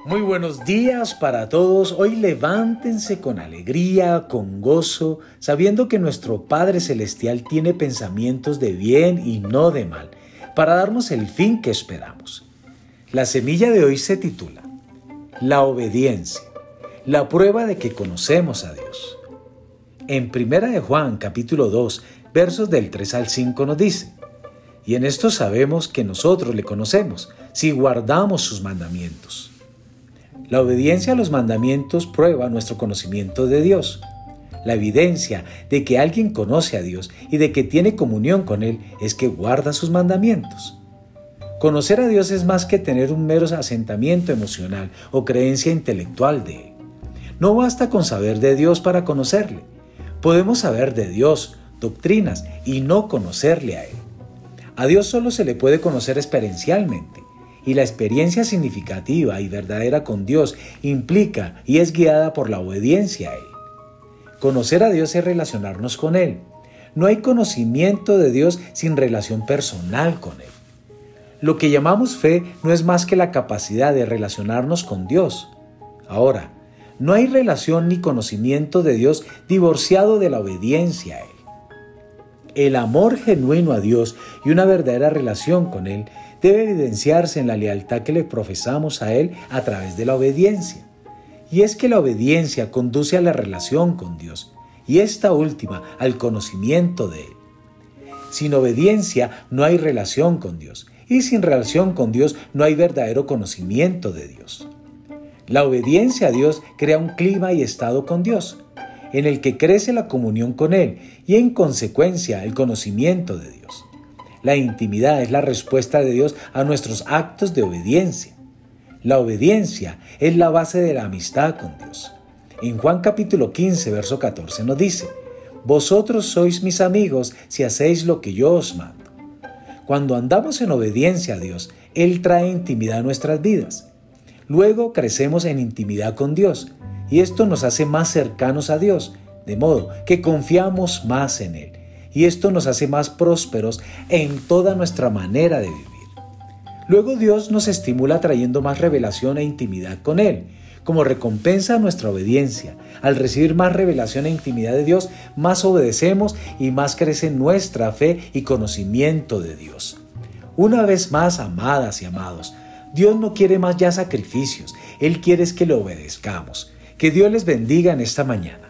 Muy buenos días para todos. Hoy levántense con alegría, con gozo, sabiendo que nuestro Padre Celestial tiene pensamientos de bien y no de mal, para darnos el fin que esperamos. La semilla de hoy se titula La obediencia, la prueba de que conocemos a Dios. En 1 de Juan, capítulo 2, versos del 3 al 5 nos dice: y en esto sabemos que nosotros le conocemos, si guardamos sus mandamientos. La obediencia a los mandamientos prueba nuestro conocimiento de Dios. La evidencia de que alguien conoce a Dios y de que tiene comunión con Él es que guarda sus mandamientos. Conocer a Dios es más que tener un mero asentamiento emocional o creencia intelectual de Él. No basta con saber de Dios para conocerle. Podemos saber de Dios, doctrinas, y no conocerle a Él. A Dios solo se le puede conocer experiencialmente. Y la experiencia significativa y verdadera con Dios implica y es guiada por la obediencia a Él. Conocer a Dios es relacionarnos con Él. No hay conocimiento de Dios sin relación personal con Él. Lo que llamamos fe no es más que la capacidad de relacionarnos con Dios. Ahora, no hay relación ni conocimiento de Dios divorciado de la obediencia a Él. El amor genuino a Dios y una verdadera relación con Él debe evidenciarse en la lealtad que le profesamos a Él a través de la obediencia. Y es que la obediencia conduce a la relación con Dios, y esta última al conocimiento de Él. Sin obediencia no hay relación con Dios, y sin relación con Dios no hay verdadero conocimiento de Dios. La obediencia a Dios crea un clima y estado con Dios, en el que crece la comunión con Él y en consecuencia el conocimiento de Dios. La intimidad es la respuesta de Dios a nuestros actos de obediencia. La obediencia es la base de la amistad con Dios. En Juan capítulo 15, verso 14 nos dice: vosotros sois mis amigos si hacéis lo que yo os mando. Cuando andamos en obediencia a Dios, Él trae intimidad a nuestras vidas. Luego crecemos en intimidad con Dios y esto nos hace más cercanos a Dios, de modo que confiamos más en Él. Y esto nos hace más prósperos en toda nuestra manera de vivir. Luego Dios nos estimula trayendo más revelación e intimidad con Él. Como recompensa a nuestra obediencia, al recibir más revelación e intimidad de Dios, más obedecemos y más crece nuestra fe y conocimiento de Dios. Una vez más, amadas y amados, Dios no quiere más ya sacrificios. Él quiere es que le obedezcamos. Que Dios les bendiga en esta mañana.